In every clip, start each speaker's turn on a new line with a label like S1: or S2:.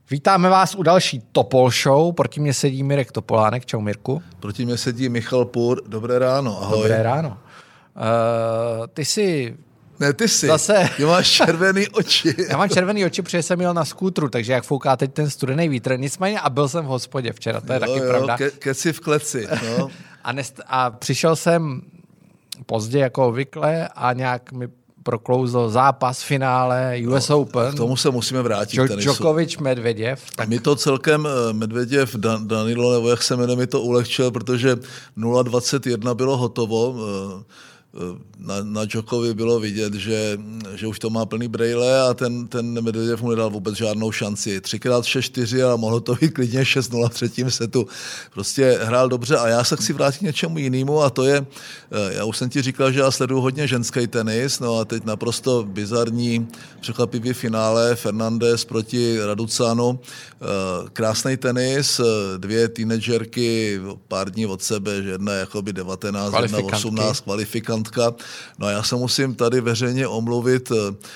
S1: Vítáme vás u další Topol Show. Proti mě sedí Mirek Topolánek. Čau, Mirku.
S2: Proti mě sedí Michal Pur. Dobré ráno, ahoj.
S1: Dobré ráno. Ty jsi...
S2: Ne, ty jsi.
S1: Zase...
S2: Ty máš červený oči.
S1: Já mám červený oči, protože jsem jel na skútru, takže jak fouká teď ten studený vítr. Nicméně a byl jsem v hospodě včera, to je taky pravda.
S2: Keci v kleci. No.
S1: A přišel jsem pozdě jako obvykle a nějak mi proklouzl zápas finále US Open.
S2: K tomu se musíme vrátit.
S1: Djokovic, Medveděv.
S2: Tak... Mi to celkem Medveděv, Danilo, nebo jak se jmenuje, mi to ulehčil, protože 0,21 bylo hotovo. Na Djokovi bylo vidět, že už to má plný brejle a ten Medveděv mu nedal vůbec žádnou šanci. 3x6-4 a mohlo to být klidně 6-0 v třetím setu. Prostě hrál dobře a já se chci vrátit k něčemu jinému a to je, já už jsem ti říkal, že já sleduju hodně ženský tenis, no a teď naprosto bizarní překvapivý finále Fernandez proti Raducanu. Krásný tenis, dvě teenagerky pár dní od sebe, že jedna je jakoby 19, jedna 18, kvalifikantka. No a já se musím tady veřejně omluvit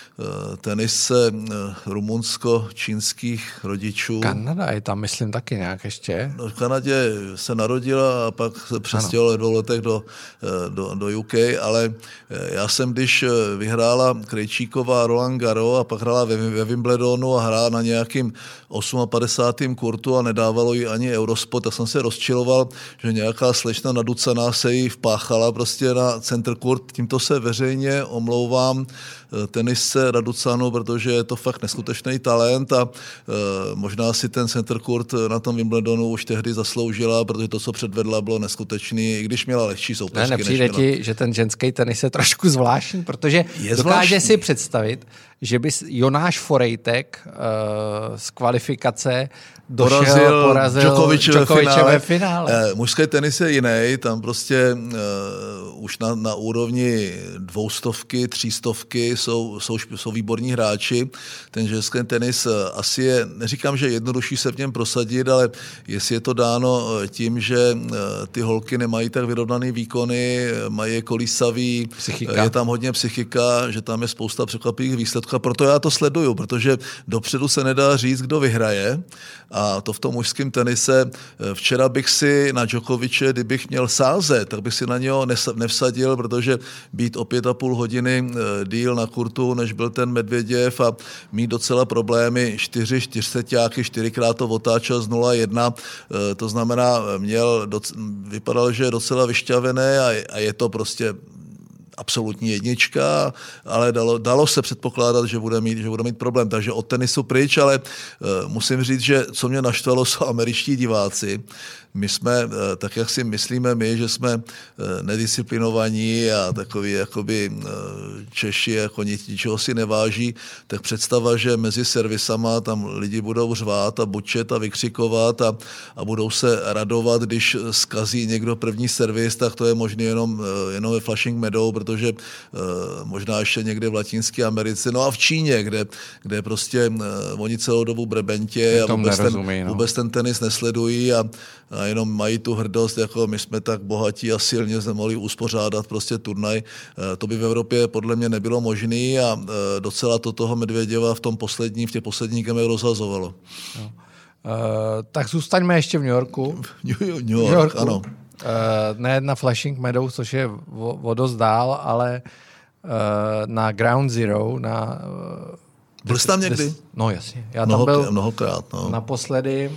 S2: tenisce rumunsko-čínských rodičů.
S1: Kanada je tam, myslím, taky nějak ještě.
S2: No, v Kanadě se narodila a pak se přestěhovala 2 letech do UK, ale já jsem, když vyhrála Krejčíková Roland Garros a pak hrála ve Wimbledonu a hrála na nějakým 58. kurtu a nedávalo jí ani Eurosport, tak jsem se rozčiloval, že nějaká slečna naducaná se jí vpáchala prostě na center kurt. Tímto se veřejně omlouvám tenisce Raducanu, protože je to fakt neskutečný talent a možná si ten center court na tom Wimbledonu už tehdy zasloužila, protože to, co předvedla, bylo neskutečný, i když měla lehčí soupeřky.
S1: Ne, nepřijde ti, že ten ženský tenis je trošku zvláštní, protože dokáže si představit, že by Jonáš Forejtek z kvalifikace porazil Djokoviče ve finále.
S2: Mužský tenis je jiný, tam prostě už na úrovni 200, 300 jsou výborní hráči. Ten ženský tenis asi je, neříkám, že jednodušší se v něm prosadit, ale jestli je to dáno tím, že ty holky nemají tak vyrovnaný výkony, mají kolísavý, je tam hodně psychika, že tam je spousta překvapivých výsledků a proto já to sleduju, protože dopředu se nedá říct, kdo vyhraje a to v tom mužském tenise. Včera bych si na Djokoviče, kdybych měl sázet, tak bych si na něho nevsadil, protože být o 5,5 hodiny díl na kurtu, než byl ten Medveděv a mít docela problémy, 4x4 to otáčel z 0,1, to znamená, vypadalo, že je docela vyšťavené a je to prostě absolutní jednička, ale dalo se předpokládat, že bude mít problém. Takže od tenisu pryč, ale musím říct, že co mě naštvalo, jsou američtí diváci. My jsme, tak jak si myslíme my, že jsme nedisciplinovaní a takový jakoby Češi jako ničeho si neváží, tak představa, že mezi servisama tam lidi budou řvát a bučet a vykřikovat a budou se radovat, když zkazí někdo první servis, tak to je možné jenom ve Flushing Meadow, protože možná ještě někde v Latinské Americe, no a v Číně, kde prostě oni celou dobu brebentě a vůbec ten tenis nesledují a jenom mají tu hrdost, jako my jsme tak bohatí a silně jsme mohli uspořádat prostě turnaj. To by v Evropě podle mě nebylo možné a docela to toho Medvěděva v těch posledních gemech rozhazovalo.
S1: No. Tak zůstaňme ještě v New Yorku.
S2: New York, ano.
S1: Ne na Flushing Meadows, což je o dost dál, ale na Ground Zero.
S2: Byl jsi tam někdy?
S1: No jasně. Já tam byl
S2: mnohokrát. No.
S1: Naposledy,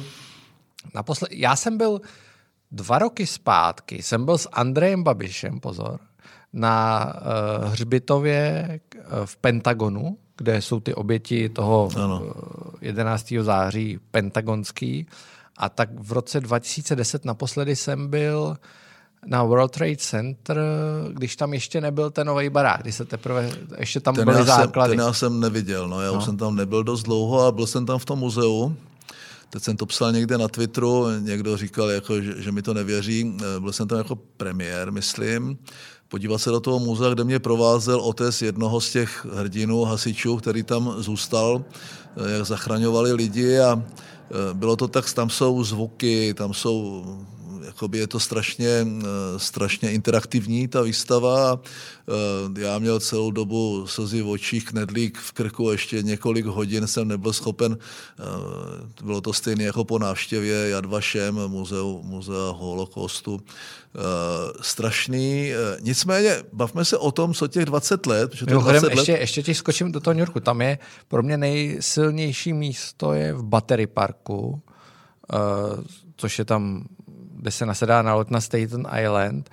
S1: já jsem byl 2 roky zpátky, jsem byl s Andrejem Babišem, pozor, na hřbitově v Pentagonu, kde jsou ty oběti toho 11. září pentagonský. A tak v roce 2010 naposledy jsem byl na World Trade Center, když tam ještě nebyl ten nový barák, kdy se teprve ještě tam byly základy.
S2: Ten já jsem neviděl, já už jsem tam nebyl dost dlouho a byl jsem tam v tom muzeu. Teď jsem to psal někde na Twitteru, někdo říkal, jako, že mi to nevěří. Byl jsem tam jako premiér, myslím, podívat se do toho muzea, kde mě provázel otec jednoho z těch hrdinů, hasičů, který tam zůstal, jak zachraňovali lidi a bylo to tak, tam jsou zvuky, tam jsou jakoby je to strašně interaktivní, ta výstava. Já měl celou dobu slzy v očích, knedlík v krku, ještě několik hodin jsem nebyl schopen, bylo to stejné jako po návštěvě Yad Vashem, muzea holokaustu. Strašný. Nicméně, bavme se o tom, co těch 20 let. Že to
S1: 20 let... ještě ti skočím do toho New Yorku. Tam je pro mě nejsilnější místo je v Battery Parku, což je tam, kde se nasedá na lot na Staten Island.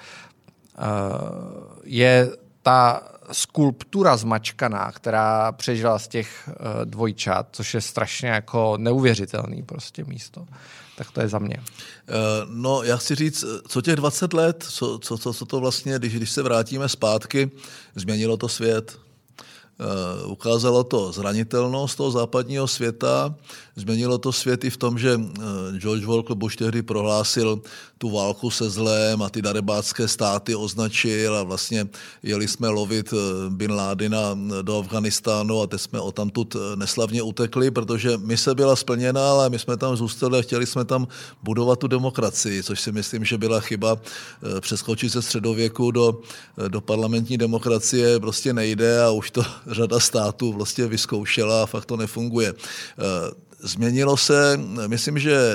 S1: Je ta skulptura zmačkaná, která přežila z těch dvojčat, což je strašně jako neuvěřitelný prostě místo. Tak to je za mě.
S2: No, já chci říct, co těch 20 let, co to vlastně, když se vrátíme zpátky, změnilo to svět. Ukázalo to zranitelnost toho západního světa, změnilo to svět i v tom, že George Walker Bush tehdy prohlásil tu válku se zlem a ty darebácké státy označil a vlastně jeli jsme lovit Bin Ládina do Afghánistánu a teď jsme odtamtud neslavně utekli, protože mise byla splněna, ale my jsme tam zůstali a chtěli jsme tam budovat tu demokracii, což si myslím, že byla chyba. Přeskočit ze středověku do parlamentní demokracie prostě nejde a už to řada států vlastně vyzkoušela a fakt to nefunguje. Změnilo se, myslím, že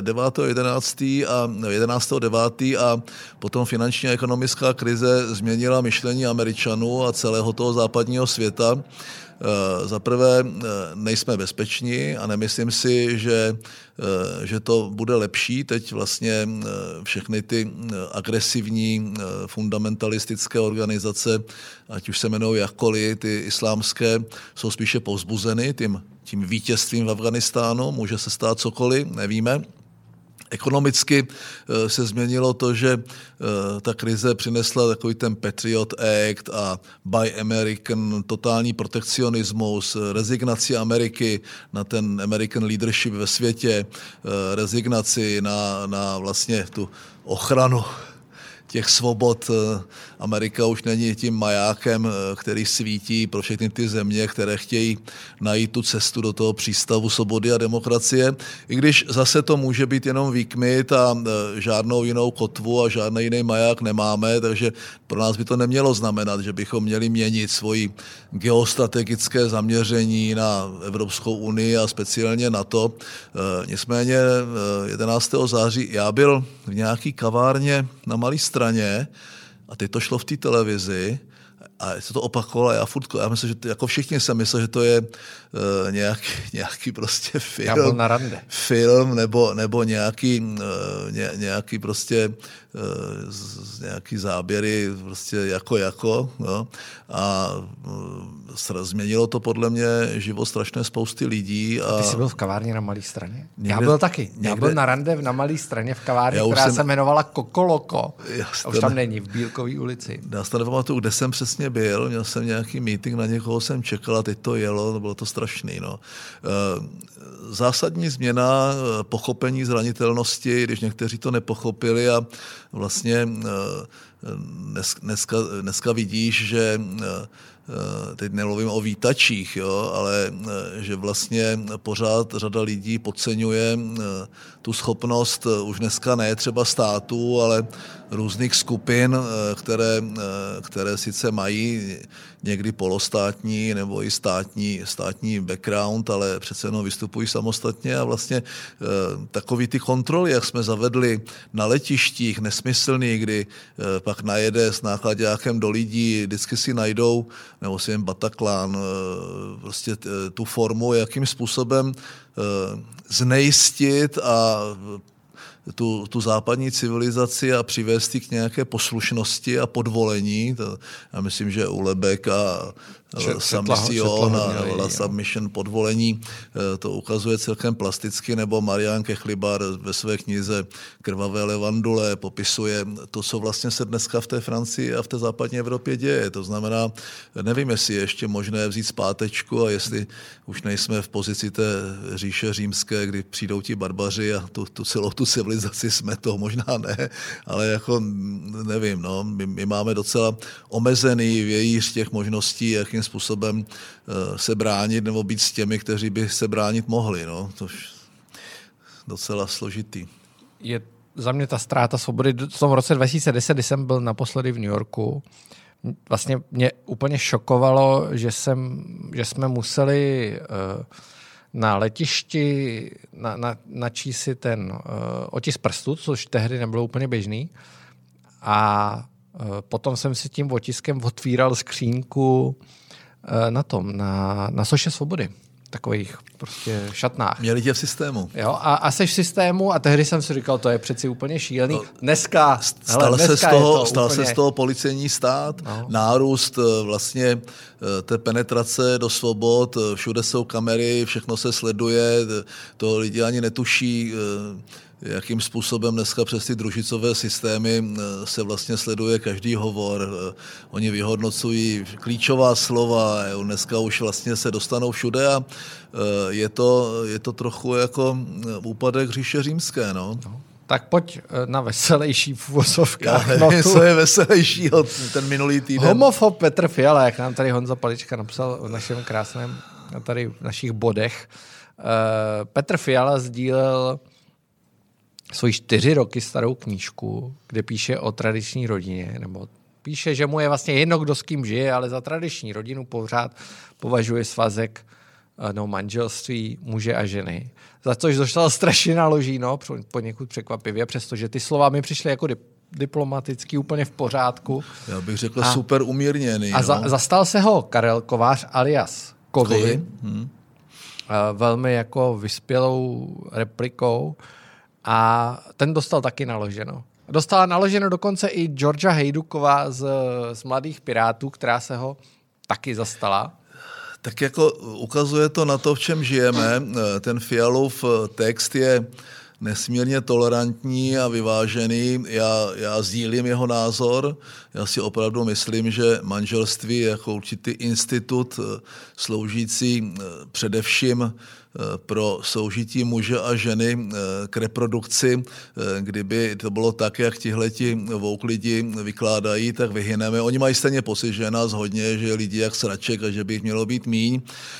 S2: 11.9. a potom finanční a ekonomická krize změnila myšlení Američanů a celého toho západního světa. Za prvé nejsme bezpeční a nemyslím si, že to bude lepší. Teď vlastně všechny ty agresivní fundamentalistické organizace, ať už se jmenují jakkoliv, ty islámské, jsou spíše povzbuzeny tím vítězstvím v Afghánistánu. Může se stát cokoliv, nevíme. Ekonomicky se změnilo to, že ta krize přinesla takový ten Patriot Act a Buy American, totální protekcionismus, rezignaci Ameriky na ten American leadership ve světě, rezignaci na vlastně tu ochranu těch svobod. Amerika už není tím majákem, který svítí pro všechny ty země, které chtějí najít tu cestu do toho přístavu svobody a demokracie. I když zase to může být jenom výkmit a žádnou jinou kotvu a žádný jiný maják nemáme, takže pro nás by to nemělo znamenat, že bychom měli měnit svoji geostrategické zaměření na Evropskou unii a speciálně NATO. Nicméně 11. září já byl v nějaký kavárně na Malé Straně a teď to šlo v té televizi a se to opakovalo a já myslím, že jako všichni jsem myslel, že to je nějaký prostě film.
S1: Já byl na rande.
S2: Film nebo nějaký prostě nějaký záběry prostě jako no. A změnilo to podle mě život strašné spousty lidí.
S1: A ty jsi byl v kavárně na Malé Straně? Já byl taky. Já byl na rande na Malé Straně v kavárně, která se jmenovala Kokoloko. A už tam není, v Bílkové ulici.
S2: Já si to nepamatuju, kde jsem přesně byl. Měl jsem nějaký meeting, na někoho jsem čekal a teď to jelo, bylo to strašný. No. Zásadní změna pochopení zranitelnosti, když někteří to nepochopili a vlastně dneska vidíš, že teď nemluvím o vítačích, jo, ale že vlastně pořád řada lidí podceňuje tu schopnost už dneska ne třeba států, ale různých skupin, které sice mají někdy polostátní nebo i státní background, ale přece jenom vystupují samostatně a vlastně takový ty kontroly, jak jsme zavedli na letištích, nesmyslný, kdy pak najede s náklaďákem do lidí, vždycky si najdou, nebo si jen Bataclan, prostě tu formu, jakým způsobem znejistit a tu západní civilizaci a přivést k nějaké poslušnosti a podvolení. Já myslím, že Ulebek a submission a submission podvolení to ukazuje celkem plasticky, nebo Marián Kechlibar ve své knize Krvavé levandule popisuje to, co vlastně se dneska v té Francii a v té západní Evropě děje. To znamená, nevím, jestli je ještě možné vzít zpátečku a jestli už nejsme v pozici té říše římské, kdy přijdou ti barbaři a celou tu civilizaci jsme to, možná ne, ale jako nevím, no, my máme docela omezený vějíř těch možností, jakým způsobem se bránit nebo být s těmi, kteří by se bránit mohli. No. To je docela složitý.
S1: Je za mě ta ztráta svobody v tom roce 2010, kdy jsem byl naposledy v New Yorku, vlastně mě úplně šokovalo, že jsme museli na letišti načíst si ten otisk prstu, což tehdy nebylo úplně běžný. A potom jsem si tím otiskem otvíral skřínku na Soše svobody. Takových prostě šatnách.
S2: Měli tě v systému.
S1: Jo, a seš v systému a tehdy jsem si říkal, to je přeci úplně šílený. Dneska
S2: stal se z toho policejní stát, nárůst vlastně té penetrace do svobod, všude jsou kamery, všechno se sleduje, to lidi ani netuší, jakým způsobem dneska přes ty družicové systémy se vlastně sleduje každý hovor. Oni vyhodnocují klíčová slova, dneska už vlastně se dostanou všude a je to trochu jako úpadek říše římské. No.
S1: Tak pojď na veselější v uvozovkách.
S2: Já nevím, co je veselějšího ten minulý týden.
S1: Homofob Petr Fiala, jak nám tady Honza Palička napsal v našem krásném, tady v našich bodech. Petr Fiala sdílel svoji 4 roky starou knížku, kde píše o tradiční rodině, nebo píše, že mu je vlastně jedno, kdo s kým žije, ale za tradiční rodinu pořád považuje svazek manželství muže a ženy. Za což dostal strašně naloží, poněkud překvapivě, přestože ty slova mi přišly jako diplomaticky úplně v pořádku.
S2: Já bych řekl super umírněný.
S1: A zastal se ho Karel Kovář alias Kovy. Velmi jako vyspělou replikou. A ten dostal taky naloženo. Dostala naloženo dokonce i Georgia Hejduková z Mladých pirátů, která se ho taky zastala.
S2: Tak jako ukazuje to na to, v čem žijeme. Ten Fialův text je nesmírně tolerantní a vyvážený. Já sdílím jeho názor. Já si opravdu myslím, že manželství je jako určitý institut sloužící především pro soužití muže a ženy k reprodukci. Kdyby to bylo tak, jak tihleti woke lidi vykládají, tak vyhyneme. Oni mají stejně pocit, že je nás hodně, že je lidi jak sraček a že by jich mělo být míň.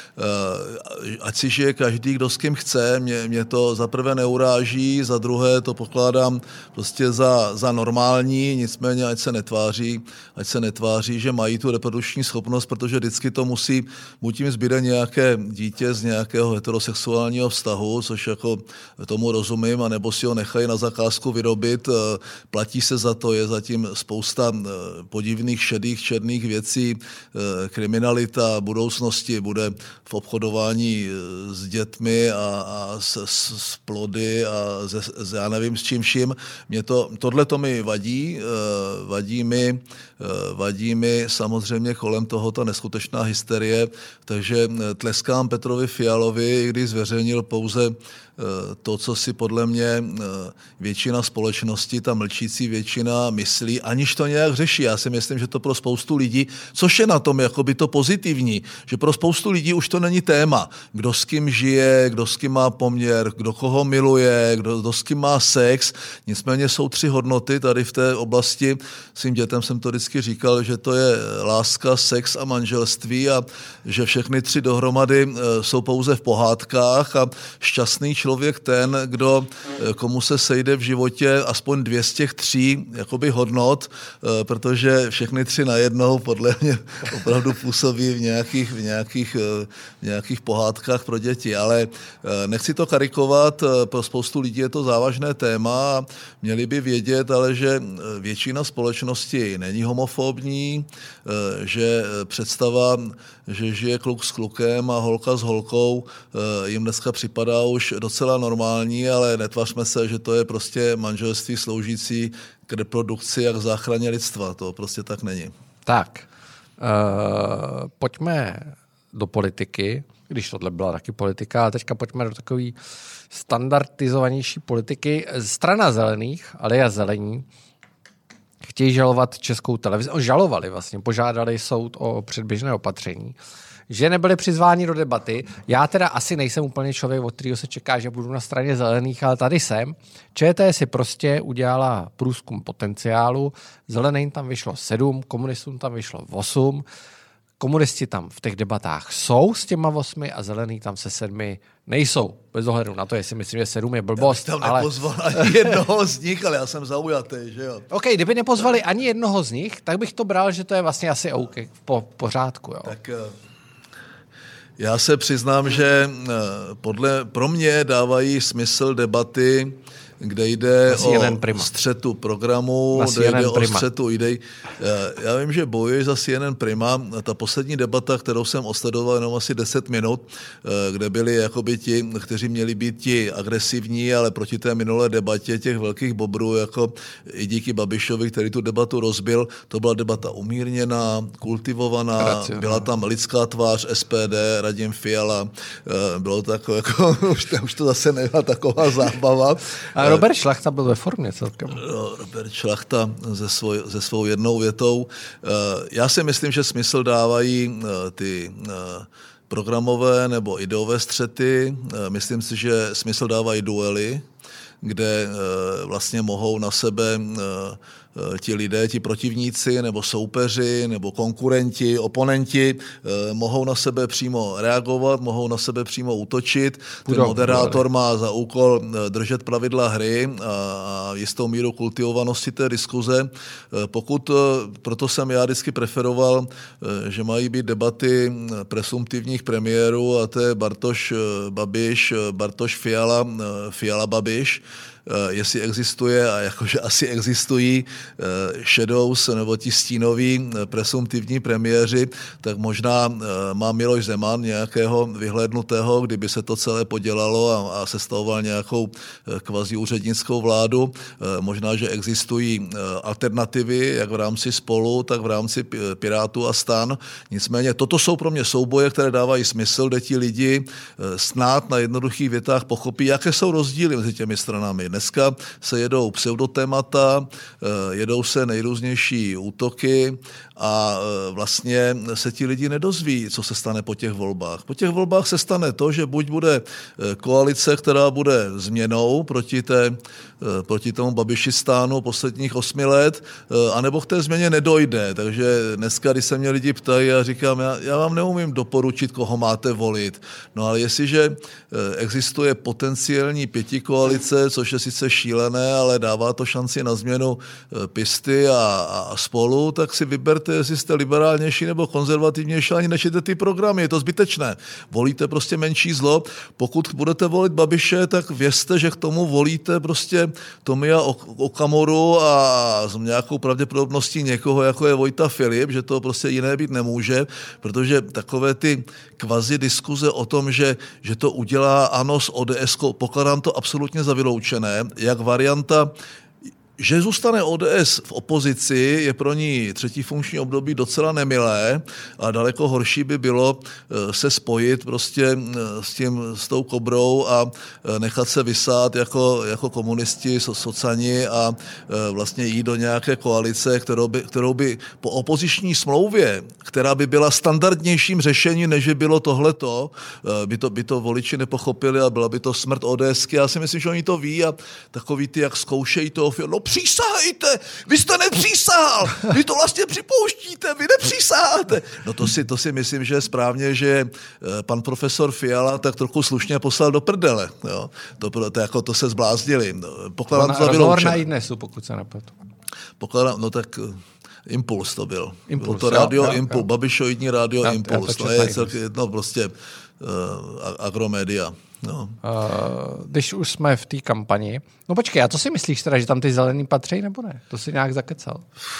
S2: Ať si žije každý, kdo s kým chce. Mě to za prvé neuráží, za druhé to pokládám prostě za normální, nicméně ať se netváří, že mají tu reprodukční schopnost, protože vždycky to musí, buď jim zbyde nějaké dítě z nějakého heterosexuálního vztahu, což jako tomu rozumím, anebo si ho nechají na zakázku vyrobit, platí se za to, je zatím spousta podivných šedých, černých věcí, kriminalita budoucnosti bude v obchodování s dětmi a s plody a já nevím s čím vším. Tohle to mi vadí, vadí mi samozřejmě kolem toho ta neskutečná hysterie, takže tleskám Petrovi Fialovi, i když zveřejnil pouze to, co si podle mě většina společnosti, ta mlčící většina myslí, aniž to nějak řeší. Já si myslím, že to pro spoustu lidí, což je na tom jakoby to pozitivní, že pro spoustu lidí už to není téma. Kdo s kým žije, kdo s kým má poměr, kdo koho miluje, kdo s kým má sex. Nicméně jsou 3 hodnoty tady v té oblasti. Svým dětem jsem to vždycky říkal, že to je láska, sex a manželství a že všechny 3 dohromady jsou pouze v pohádkách a šťastný člověk ten, komu se sejde v životě aspoň 2 z těch 3 jakoby hodnot, protože všechny 3 najednou podle mě opravdu působí v nějakých pohádkách pro děti. Ale nechci to karikovat, pro spoustu lidí je to závažné téma a měli by vědět, ale že většina společnosti není homofobní, že představa, že žije kluk s klukem a holka s holkou, jim dneska připadá už docela normální, ale netvařme se, že to je prostě manželství sloužící k reprodukci a k záchraně lidstva. To prostě tak není.
S1: Tak, pojďme do politiky, když tohle byla taky politika, a teďka pojďme do takové standardizovanější politiky. Strana zelených, alias zelení, chtějí žalovat Českou televizi. Žalovali vlastně, požádali soud o předběžné opatření, že nebyli přizváni do debaty. Já teda asi nejsem úplně člověk, od kterého se čeká, že budu na straně zelených, ale tady jsem. ČT si prostě udělala průzkum potenciálu. Zeleným tam vyšlo 7, komunistům tam vyšlo 8. komunisti tam v těch debatách jsou s těma 8 a zelení tam se 7 nejsou. Bez ohledu na to, jestli myslím, že 7 je blbost.
S2: Já bych tam nepozval ani jednoho z nich, ale já jsem zaujatý, že jo.
S1: OK, kdyby nepozvali ani jednoho z nich, tak bych to bral, že to je vlastně asi OK, pořádku. Jo.
S2: Tak já se přiznám, že pro mě dávají smysl debaty, kde jde o střetu programu, kde jde o střetu idej. Já vím, že bojuješ za CNN Prima. Ta poslední debata, kterou jsem osledoval jenom asi 10 minut, kde byli jakoby ti, kteří měli být ti agresivní, ale proti té minulé debatě těch velkých bobrů, jako i díky Babišovi, který tu debatu rozbil, to byla debata umírněná, kultivovaná, byla tam lidská tvář SPD, Radim Fiala, bylo to jako už to zase nebyla taková zábava.
S1: A Robert Šlachta byl ve formě celkem.
S2: Robert Šlachta se svou jednou větou. Já si myslím, že smysl dávají ty programové nebo ideové střety. Myslím si, že smysl dávají duely, kde vlastně mohou na sebe ti lidé, ti protivníci nebo soupeři nebo konkurenti, oponenti mohou na sebe přímo reagovat, mohou na sebe přímo útočit. Ten moderátor má za úkol držet pravidla hry a jistou míru kultivovanosti té diskuze. Proto jsem já vždycky preferoval, že mají být debaty presumptivních premiérů, a to je Bartoš Babiš, Bartoš Fiala, Fiala Babiš. Jestli existuje, a jakože asi existují shadows nebo ti stínoví presumptivní premiéři, tak možná má Miloš Zeman nějakého vyhlédnutého, kdyby se to celé podělalo a sestavoval nějakou kvazi úřednickou vládu. Možná, že existují alternativy, jak v rámci Spolu, tak v rámci Pirátů a STAN. Nicméně toto jsou pro mě souboje, které dávají smysl, kde ti lidi snad na jednoduchých větách pochopí, jaké jsou rozdíly mezi těmi stranami. Dneska se jedou pseudotémata, jedou se nejrůznější útoky a vlastně se ti lidi nedozví, co se stane po těch volbách. Po těch volbách se stane to, že buď bude koalice, která bude změnou proti tomu Babišistánu posledních 8 let, anebo k té změně nedojde. Takže dneska, když se mě lidi ptají, já říkám, já vám neumím doporučit, koho máte volit. No ale jestliže existuje potenciální pětikoalice, což je sice šílené, ale dává to šanci na změnu Pisty a Spolu, tak si vyberte, jestli jste liberálnější nebo konzervativnější, ani nečtěte ty programy, je to zbytečné. Volíte prostě menší zlo. Pokud budete volit Babiše, tak vězte, že k tomu volíte prostě Tomia Okamuru a s nějakou pravděpodobností někoho, jako je Vojta Filip, že to prostě jiné být nemůže, protože takové ty kvazi diskuze o tom, že to udělá ANO s ODS, pokládám to absolutně za vyloučené, jak varianta, že zůstane ODS v opozici, je pro ní třetí funkční období docela nemilé a daleko horší by bylo se spojit prostě s tou Kobrou a nechat se vysát jako komunisti, socani a vlastně jít do nějaké koalice, kterou by po opoziční smlouvě, která by byla standardnějším řešením, než by bylo tohleto, by to voliči nepochopili a byla by to smrt ODSky. Já si myslím, že oni to ví a takový ty, jak zkoušejí to, no přísahejte, vy jste nepřísahal, vy to vlastně připouštíte, vy nepřísaháte. No to si myslím, že je správně, že pan profesor Fiala tak trochu slušně poslal do prdele. Jo. To se zbláznili. Pokládám to za vyloučené.
S1: Na iDnesu, pokud se nepletu.
S2: Pokládám, no tak Impuls to byl.
S1: Impuls,
S2: to rádio Impuls, Babišoidní rádio Impuls. To je celkem jedno prostě Agromedia. No.
S1: Když už jsme v té kampani. No počkej, a co si myslíš teda, že tam ty zelený patří, nebo ne? To si nějak zakecal.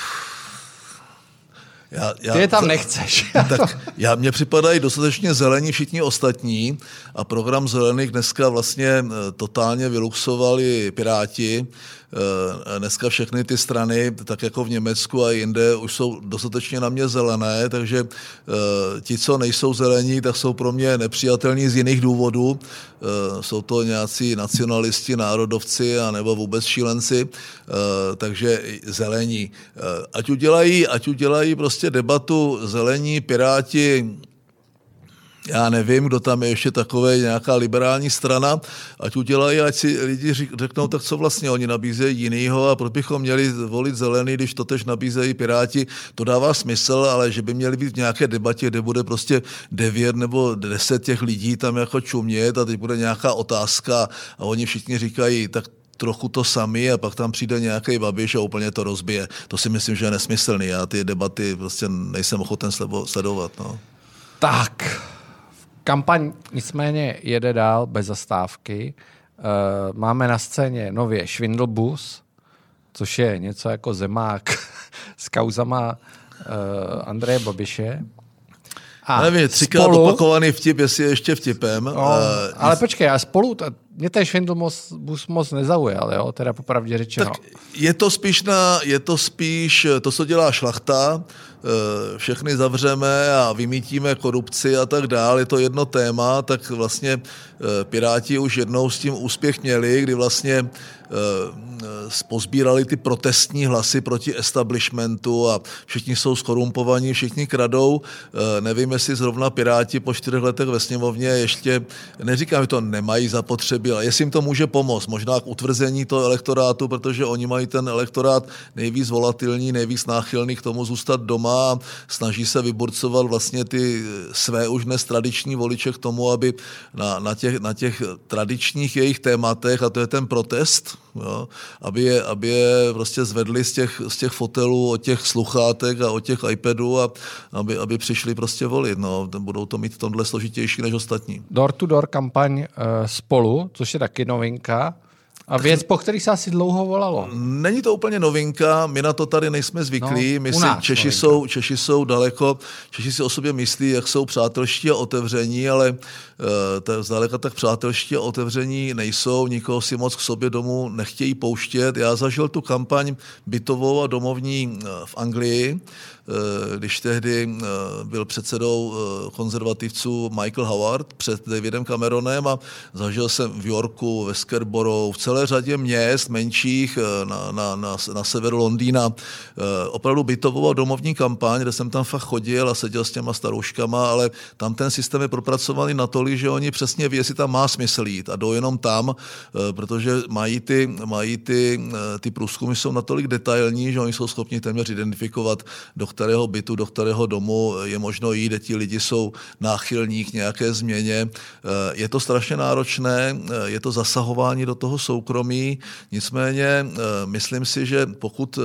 S1: Ty je tam nechceš.
S2: Tak mně připadají dostatečně zelení všichni ostatní a program zelených dneska vlastně totálně vyluxovali Piráti. Dneska všechny ty strany, tak jako v Německu a jinde, už jsou dostatečně na mě zelené, takže ti, co nejsou zelení, tak jsou pro mě nepřijatelní z jiných důvodů. Jsou to nějací nacionalisti, národovci a nebo vůbec šílenci, takže zelení. Ať udělají prostě debatu zelení, Piráti, Já nevím, kdo tam je ještě takové, nějaká liberální strana, ať udělají, ať si lidi řeknou, tak co vlastně oni nabízejí jinýho a proč bychom měli volit zelený, když to tež nabízejí Piráti, to dává smysl, ale že by měli být v nějaké debatě, kde bude prostě 9 nebo 10 těch lidí tam jako čumět a teď bude nějaká otázka a oni všichni říkají, tak trochu to sami a pak tam přijde nějaký Babiš a úplně to rozbije. To si myslím, že je nesmyslný. Já ty debaty prostě nejsem ochoten sledovat. No.
S1: Tak, kampaň nicméně jede dál bez zastávky. Máme na scéně nově Švindlbus, což je něco jako Zemák s kauzama Andreje Babiše.
S2: A nevím, 3krát opakovaný vtip, jestli je ještě vtipem.
S1: No, ale počkej, a spolu, mě ten Švindlbus moc nezaujal, jo? Teda popravdě řečeno.
S2: Tak je to spíš to, co dělá Šlachta, všechny zavřeme a vymítíme korupci a tak dál, je to jedno téma, tak vlastně Piráti už jednou s tím úspěch měli, kdy vlastně pozbírali ty protestní hlasy proti establishmentu a všichni jsou skorumpovaní, všichni kradou. Nevím, jestli zrovna Piráti po 4 letech ve sněmovně ještě, neříkám, že to nemají zapotřebí, ale jestli jim to může pomoct, možná k utvrzení toho elektorátu, protože oni mají ten elektorát nejvíc volatilní, nejvíc náchylný k tomu zůstat doma a snaží se vyburcovat vlastně ty své už dnes tradiční voliče k tomu, aby na těch tradičních jejich tématech, a to je ten protest, jo, aby je prostě zvedli z těch fotelů, od těch sluchátek a od těch iPadů a aby přišli prostě volit. No. Budou to mít v tomhle složitější než ostatní.
S1: Door-to-door kampaň Spolu, což je taky novinka. A věc, po který se asi dlouho volalo.
S2: Není to úplně novinka, my na to tady nejsme zvyklí. Češi jsou daleko, Češi si o sobě myslí, jak jsou přátelští a otevření, ale zdaleka tak přátelští a otevření nejsou, nikoho si moc k sobě domů nechtějí pouštět. Já zažil tu kampaň bytovou a domovní v Anglii, když tehdy byl předsedou konzervativců Michael Howard před Davidem Cameronem a zažil jsem v Yorku, ve Scarborough, v celé řadě měst menších na severu Londýna opravdu bytovou a domovní kampaň, kde jsem tam fakt chodil a seděl s těma starouškama, ale tam ten systém je propracovaný natolik, že oni přesně ví, jestli tam má smysl jít a jdou jenom tam, protože mají ty průzkumy jsou natolik detailní, že oni jsou schopni téměř identifikovat, do kterého bytu, do kterého domu je možno jít, kde ti lidi jsou náchylní k nějaké změně. Je to strašně náročné, je to zasahování do toho soukromí, nicméně myslím si, že pokud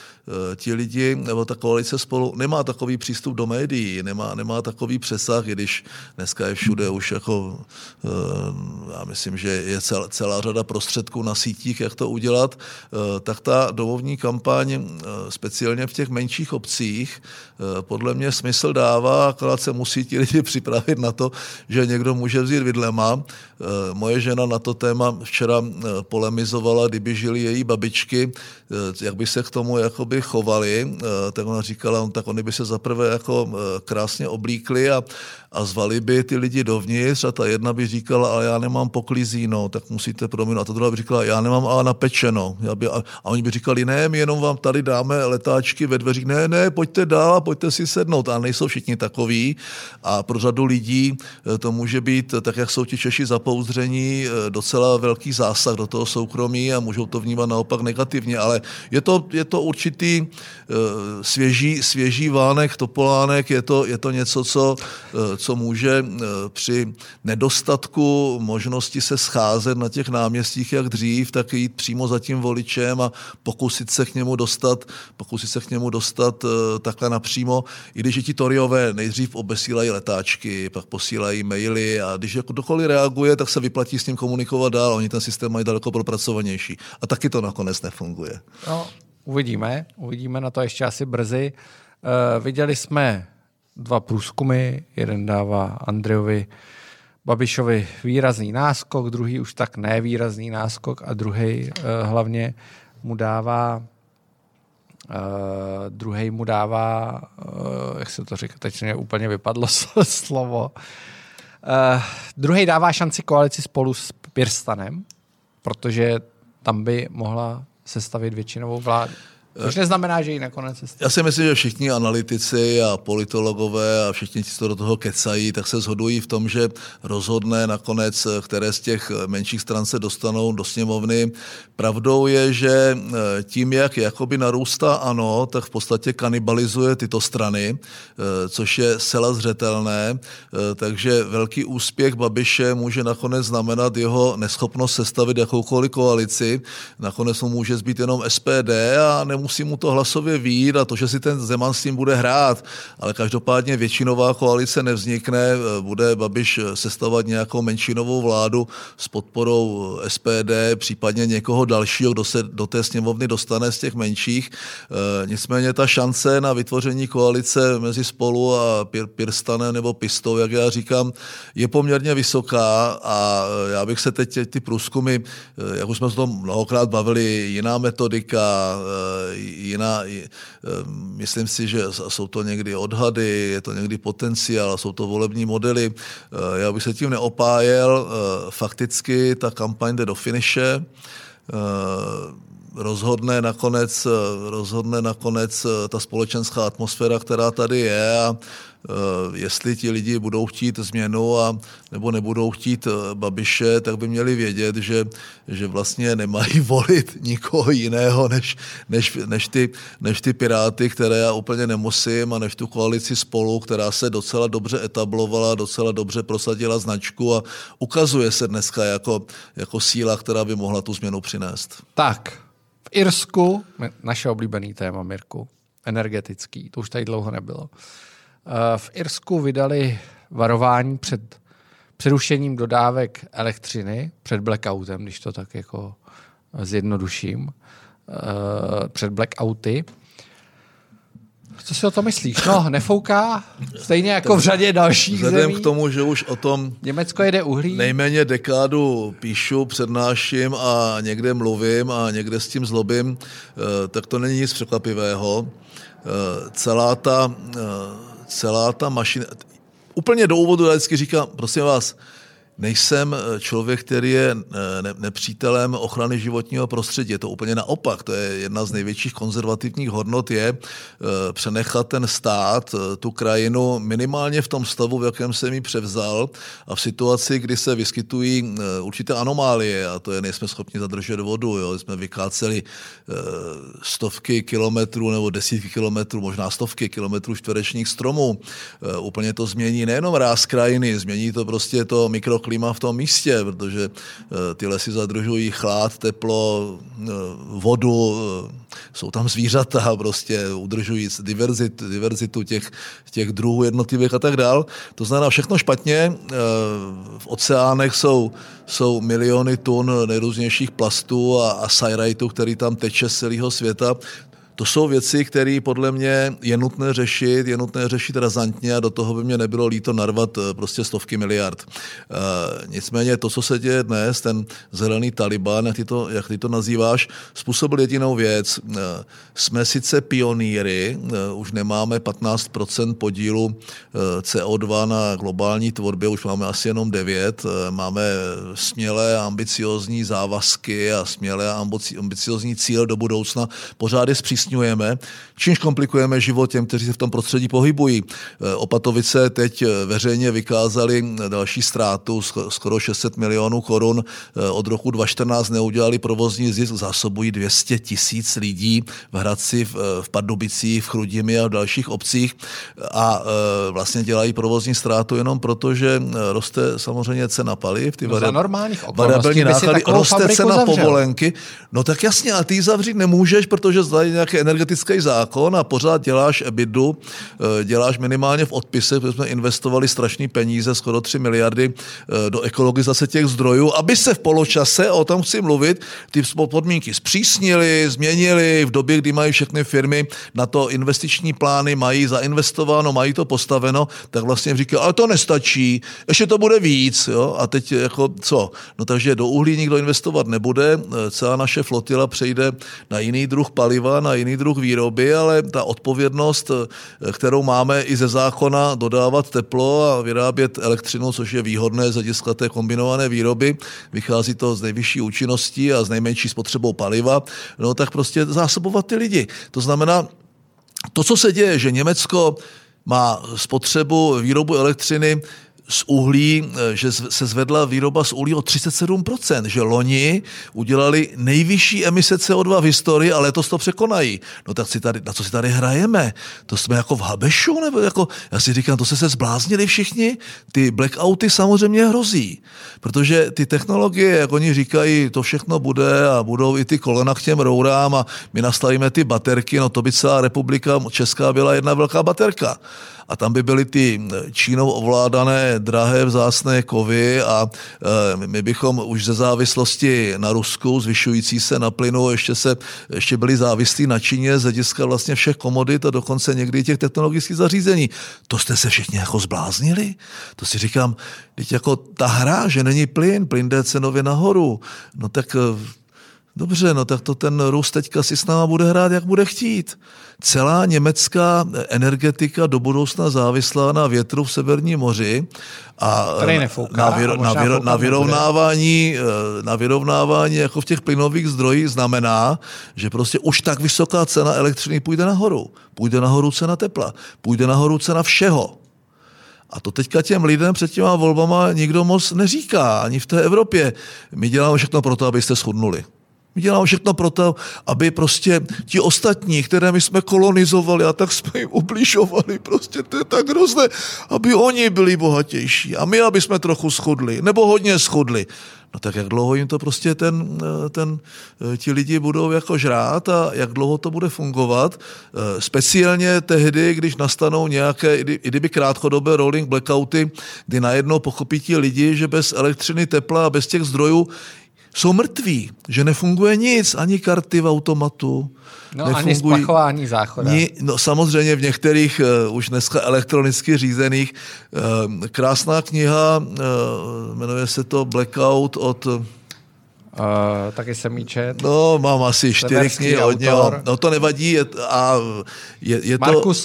S2: ti lidi, nebo ta koalice Spolu nemá takový přístup do médií, nemá takový přesah, i když dneska je všude už jako, já myslím, že je celá řada prostředků na sítích, jak to udělat, tak ta domovní kampaň, speciálně v těch menších obcích, podle mě smysl dává, akorát se musí ti lidi připravit na to, že někdo může vzít vidlema. Moje žena na to téma včera polemizovala, kdyby žili její babičky, jak by se k tomu jakoby chovali, tak ona říkala, tak oni by se zaprvé jako krásně oblíkli a zvali by ty lidi dovnitř a ta jedna by říkala, ale já nemám poklizíno, tak musíte proměnit. A ta druhá by říkala, já nemám ale napečeno. A oni by říkali, ne, my jenom vám tady dáme letáčky ve dveřích. Ne, pojďte dál a pojďte si sednout. A nejsou všichni takoví. A pro řadu lidí to může být, tak jak jsou ti Češi zapouzdření, docela velký zásah do toho soukromí a můžou to vnímat naopak negativně. Ale je to určitý svěží vánek, topolánek, je to něco, co může při nedostatku možnosti se scházet na těch náměstích jak dřív, tak jít přímo za tím voličem a pokusit se k němu dostat takhle napřímo, i když ti Toryové nejdřív obesílají letáčky, pak posílají maily a když jako kdokoliv reaguje, tak se vyplatí s ním komunikovat dál, oni ten systém mají daleko propracovanější. A taky to nakonec nefunguje.
S1: No, uvidíme na to ještě asi brzy. Viděli jsme 2 průzkumy, jeden dává Andrejovi Babišovi výrazný náskok, druhý už tak nevýrazný náskok a druhý hlavně mu dává jak se to říká, teď mě úplně vypadlo slovo. Druhý dává šanci koalici Spolu s Pirstanem, protože tam by mohla sestavit většinovou vládu. Což neznamená, že ji nakonec...
S2: Já si myslím, že všichni analytici a politologové a všichni, co do toho kecají, tak se shodují v tom, že rozhodne nakonec, které z těch menších stran se dostanou do sněmovny. Pravdou je, že tím, jak jakoby narůstá ANO, tak v podstatě kanibalizuje tyto strany, což je zcela zřetelné, takže velký úspěch Babiše může nakonec znamenat jeho neschopnost sestavit jakoukoliv koalici. Nakonec mu může zbýt jenom SPD a nemusí mu to hlasově vyjít a to, že si ten Zeman s tím bude hrát, ale každopádně většinová koalice nevznikne, bude Babiš sestavovat nějakou menšinovou vládu s podporou SPD, případně někoho dalšího, kdo se do té sněmovny dostane z těch menších. Nicméně ta šance na vytvoření koalice mezi Spolu a Pirstanem nebo Pistou, jak já říkám, je poměrně vysoká a já bych se teď ty průzkumy, jak už jsme se o tom mnohokrát bavili, jiná metodika, myslím si, že jsou to někdy odhady, je to někdy potenciál, jsou to volební modely. Já bych se tím neopájel. Fakticky ta kampaň jde do finiše. Rozhodne nakonec ta společenská atmosféra, která tady je a jestli ti lidi budou chtít změnu nebo nebudou chtít Babiše, tak by měli vědět, že vlastně nemají volit nikoho jiného než ty Piráty, které já úplně nemusím, a než tu koalici Spolu, která se docela dobře etablovala, docela dobře prosadila značku a ukazuje se dneska jako síla, která by mohla tu změnu přinést.
S1: Tak, v Irsku, naše oblíbený téma, Mirku, energetický, to už tady dlouho nebylo. V Irsku vydali varování před přerušením dodávek elektřiny, před blackoutem, když to tak jako zjednoduším, před blackouty. Co si o to myslíš? No, nefouká, stejně jako v řadě dalších zemí.
S2: Vzhledem k tomu, že už o tom
S1: Německo jede uhlí. Nejméně
S2: dekádu píšu, přednáším a někde mluvím a někde s tím zlobím, tak to není nic překvapivého. Celá ta mašina... Úplně do úvodu já vždycky říkám, prosím vás, nejsem člověk, který je nepřítelem ochrany životního prostředí. Je to úplně naopak. To je jedna z největších konzervativních hodnot, je přenechat ten stát, tu krajinu minimálně v tom stavu, v jakém jsem ji převzal, a v situaci, kdy se vyskytují určité anomálie, a to je, nejsme schopni zadržet vodu. Jo. Jsme vykáceli stovky kilometrů nebo desítky kilometrů, možná stovky kilometrů čtverečních stromů. Úplně to změní nejenom ráz krajiny, změní to prostě to klima v tom místě, protože ty lesy zadržují chlad, teplo, vodu, jsou tam zvířata, prostě udržují diverzitu těch druhů jednotlivých a tak dál. To znamená všechno špatně. V oceánech jsou miliony tun nejrůznějších plastů a sajrajtu, který tam teče z celého světa. To jsou věci, které podle mě je nutné řešit razantně, a do toho by mě nebylo líto narvat prostě stovky miliard. Nicméně to, co se děje dnes, ten zelený Taliban, jak ty to nazýváš, způsobil jedinou věc. Jsme sice pionýry, už nemáme 15% podílu CO2 na globální tvorbě, už máme asi jenom 9%, máme smělé a ambiciózní závazky a smělé a ambiciózní cíl do budoucna, pořád je zpřísňujeme, čímž komplikujeme život těm, kteří se v tom prostředí pohybují. Opatovice teď veřejně vykázali další ztrátu, skoro 600 milionů korun. Od roku 2014 neudělali provozní zisk, zásobují 200 000 lidí v Hradci, v Pardubicích, v Chrudimi a v dalších obcích a vlastně dělají provozní ztrátu jenom proto, že roste samozřejmě cena paliv.
S1: Za normálních okolností by si takovou
S2: roste cena
S1: zavřel.
S2: Povolenky. No tak jasně, a ty ji zavřít nemůžeš, protože zdají nějaký energetický zákon a pořád děláš EBITDu, děláš minimálně v odpisech, protože jsme investovali strašný peníze, skoro 3 miliardy do ekologizace těch zdrojů, aby se v poločase, o tom chci mluvit, ty podmínky zpřísnily, změnily v době, kdy mají všechny firmy na to investiční plány, mají zainvestováno, mají to postaveno, tak vlastně říká, ale to nestačí, ještě to bude víc. Jo? A teď jako co? No takže do uhlí nikdo investovat nebude, celá naše flotila přejde na jiný druh paliva, na jiný jiný druh výroby, ale ta odpovědnost, kterou máme i ze zákona dodávat teplo a vyrábět elektřinu, což je výhodné z hlediska té kombinované výroby, vychází to z nejvyšší účinností a z nejmenší spotřebou paliva, no tak prostě zásobovat ty lidi. To znamená, to, co se děje, že Německo má výrobu elektřiny z uhlí, že se zvedla výroba z uhlí o 37%, že loni udělali nejvyšší emise CO2 v historii a letos to překonají. No tak na co si tady hrajeme? To jsme jako v Habešu? Nebo jako, já si říkám, to se zbláznili všichni? Ty blackouty samozřejmě hrozí, protože ty technologie, jak oni říkají, to všechno bude a budou i ty kolena k těm rourám a my nastavíme ty baterky, no to by celá republika česká byla jedna velká baterka. A tam by byly ty Čínou ovládané drahé vzácné kovy a my bychom už ze závislosti na Rusku, zvyšující se na plynu, ještě byli závislí na Číně z hlediska vlastně všech komodit a dokonce někdy těch technologických zařízení. To jste se všichni jako zbláznili? To si říkám, teď jako ta hra, že není plyn jde cenově nahoru. No tak dobře, no tak to ten Rus teďka si s náma bude hrát, jak bude chtít. Celá německá energetika do budoucna závislá na větru v Severním moři a na vyrovnávání jako v těch plynových zdrojích znamená, že prostě už tak vysoká cena elektřiny půjde nahoru. Půjde nahoru cena tepla, půjde nahoru cena všeho. A to teďka těm lidem před těma volbama nikdo moc neříká, ani v té Evropě. My děláme všechno pro to, abyste schudnuli. My děláme všechno pro to, aby prostě ti ostatní, které my jsme kolonizovali a tak jsme jim ubližovali, prostě to je tak hrozné, aby oni byli bohatější a my, aby jsme trochu schudli, nebo hodně schudli. No tak jak dlouho jim to prostě ti lidi budou jako žrát a jak dlouho to bude fungovat. Speciálně tehdy, když nastanou nějaké, i kdyby krátkodobé rolling blackouty, kdy najednou pochopí ti lidi, že bez elektřiny, tepla a bez těch zdrojů jsou mrtví, že nefunguje nic, ani karty v automatu.
S1: No ani splachování záchoda.
S2: No samozřejmě v některých už dneska elektronicky řízených. Krásná kniha, jmenuje se to Blackout od...
S1: Taky jsem jí čet.
S2: No, mám asi 4 knihy od něho. No to nevadí. Je to...
S1: Markus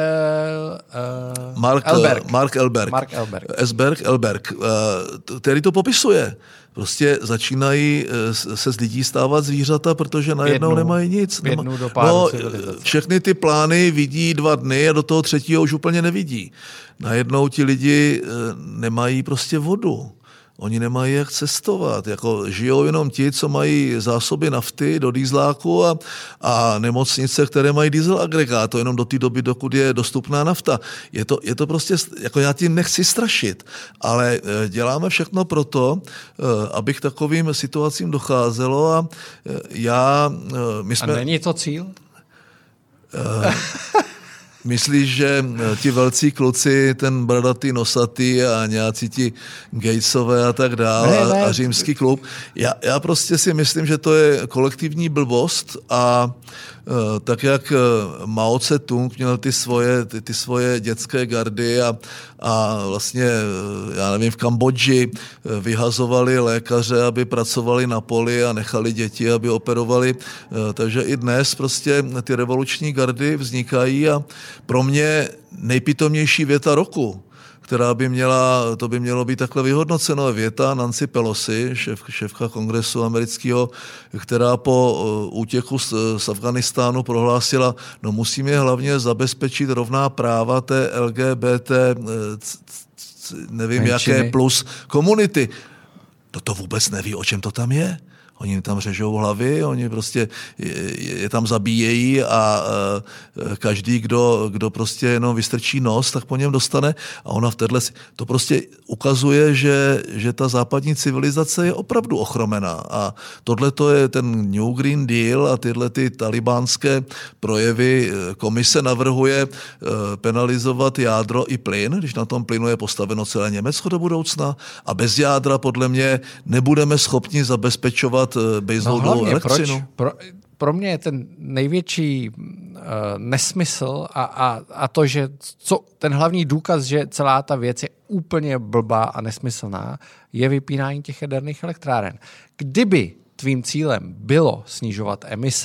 S2: Mark Elberg, který to popisuje. Prostě začínají se z lidí stávat zvířata, protože najednou nemají nic. Všechny ty plány vidí 2 dny a do toho 3. už úplně nevidí. Najednou ti lidi nemají prostě vodu. Oni nemají jak cestovat, jako žijou jenom ti, co mají zásoby nafty do dýzláku a nemocnice, které mají diesel agregát, to jenom do té doby, dokud je dostupná nafta. Je to prostě, jako já tím nechci strašit, ale děláme všechno proto, aby k takovým situacím docházelo a my jsme...
S1: A není to cíl?
S2: Myslíš, že ti velcí kluci, ten bradatý nosatý a nějací ti Gatesové a tak dále a římský klub, já prostě si myslím, že to je kolektivní blbost a tak jak Mao Tse-tung měl ty svoje dětské gardy a vlastně, já nevím, v Kambodži vyhazovali lékaře, aby pracovali na poli a nechali děti, aby operovali. Takže i dnes prostě ty revoluční gardy vznikají a pro mě nejpitomnější věta roku, která to by mělo být takhle vyhodnoceno, věta Nancy Pelosi, šéfka kongresu amerického, která po útěku z Afghánistánu prohlásila, no musíme hlavně zabezpečit rovná práva té LGBT, nevím jaké, plus komunity. To vůbec neví, o čem to tam je. Oni tam řežou hlavy, oni prostě je tam zabíjejí a každý, kdo prostě jenom vystrčí nos, tak po něm dostane a ona v téhle... To prostě ukazuje, že ta západní civilizace je opravdu ochromená a tohle to je ten New Green Deal a tyhle ty talibánské projevy. Komise navrhuje penalizovat jádro i plyn, když na tom plynu je postaveno celé Německo do budoucna a bez jádra podle mě nebudeme schopni zabezpečovat baseloadovou elektřinu.
S1: Pro mě je ten největší nesmysl a to, že ten hlavní důkaz, že celá ta věc je úplně blbá a nesmyslná, je vypínání těch jaderných elektráren. Kdyby tvým cílem bylo snižovat emise,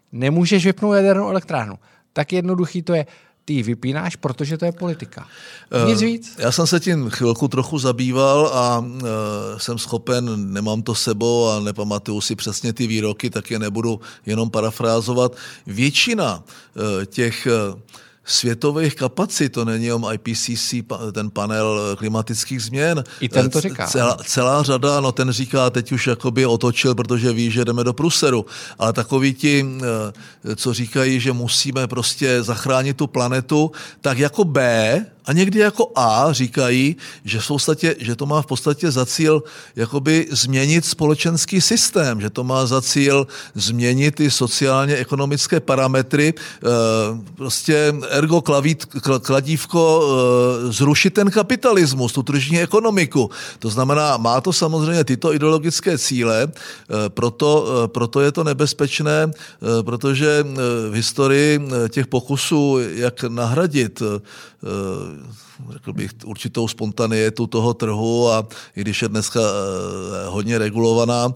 S1: nemůžeš vypnout jadernou elektrárnu. Tak jednoduchý to je. Ty ji vypínáš, protože to je politika. Nic víc.
S2: Já jsem se tím chvilku trochu zabýval a jsem schopen, nemám to sebou a nepamatuju si přesně ty výroky, tak je nebudu jenom parafrázovat. Většina těch světových kapacit, to není jenom IPCC, ten panel klimatických změn.
S1: I ten to říká.
S2: Celá řada, no ten říká, teď už jakoby otočil, protože ví, že jdeme do průseru. Ale takoví ti, co říkají, že musíme prostě zachránit tu planetu, tak jako B a někdy jako A říkají, že to má v podstatě za cíl jakoby změnit společenský systém, že to má za cíl změnit ty sociálně-ekonomické parametry, prostě ergo kladívko zrušit ten kapitalismus, tu tržní ekonomiku. To znamená, má to samozřejmě tyto ideologické cíle, proto je to nebezpečné, protože v historii těch pokusů, jak nahradit řekl bych, určitou spontanietu toho trhu a i když je dneska hodně regulovaná,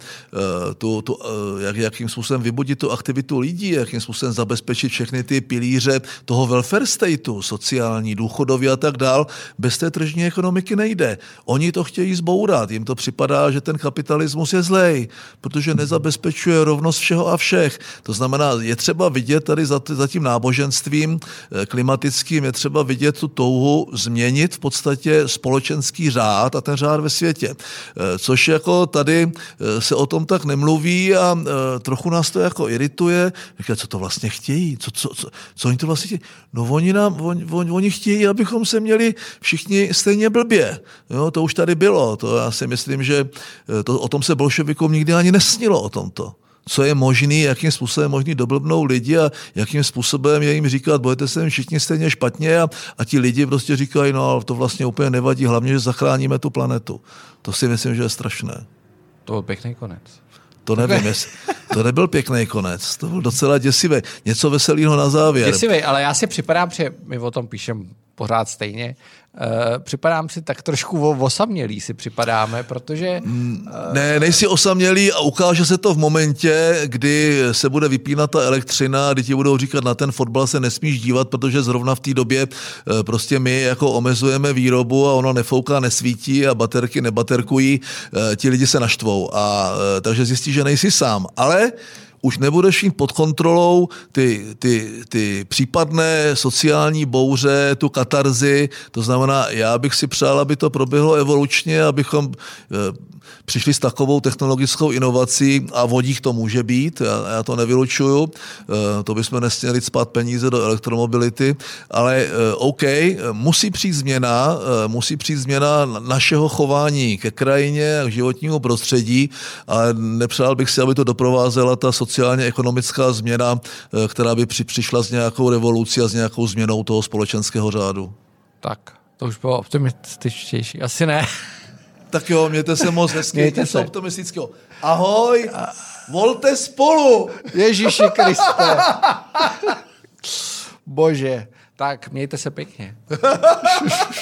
S2: jakým způsobem vybudit tu aktivitu lidí, jakým způsobem zabezpečit všechny ty pilíře toho welfare stateu, sociální, důchodový a tak dál, bez té tržní ekonomiky nejde. Oni to chtějí zbourat, jim to připadá, že ten kapitalismus je zlej, protože nezabezpečuje rovnost všeho a všech. To znamená, je třeba vidět tady za tím náboženstvím klimatickým, je třeba vidět tu touhu změnit v podstatě společenský řád a ten řád ve světě. Což jako tady se o tom tak nemluví a trochu nás to jako irituje. Říká, co to vlastně chtějí? Co oni to vlastně chtějí? No oni chtějí, abychom se měli všichni stejně blbě. Jo, to už tady bylo. To já si myslím, že o tom se bolševikům nikdy ani nesnilo o tomto. Co je možný, jakým způsobem možný doblbnout lidi a jakým způsobem je jim říkat, budete se jim všichni stejně špatně a ti lidi prostě říkají, no to vlastně úplně nevadí, hlavně, že zachráníme tu planetu. To si myslím, že je strašné.
S1: To byl pěkný konec.
S2: To nevím, to nebyl pěkný konec, to byl docela děsivý. Něco veselého na závěr.
S1: Děsivý, ale já si připadám, že my o tom píšeme pořád stejně, připadám si tak trošku osamělý si připadáme, protože...
S2: Ne, nejsi osamělý a ukáže se to v momentě, kdy se bude vypínat ta elektřina, kdy ti budou říkat, na ten fotbal se nesmíš dívat, protože zrovna v té době prostě my jako omezujeme výrobu a ono nefouká, nesvítí a baterky nebaterkují, ti lidi se naštvou. A takže zjistí, že nejsi sám. Ale už nebudeš mít pod kontrolou ty případné sociální bouře, tu katarzi. To znamená, já bych si přál, aby to proběhlo evolučně, abychom přišli s takovou technologickou inovací a vodík to může být, já to nevylučuju, to bychom nesměli cpat peníze do elektromobility, ale OK, musí přijít změna našeho chování ke krajině a k životnímu prostředí, ale nepřál bych si, aby to doprovázela ta sociálně-ekonomická změna, která by přišla s nějakou revolucí a s nějakou změnou toho společenského řádu.
S1: Tak, to už bylo optimističtější. Asi ne.
S2: Tak jo, mějte se moc hezky, něco optimistického. Ahoj, volte spolu!
S1: Ježíši Kriste. Bože, tak mějte se pěkně.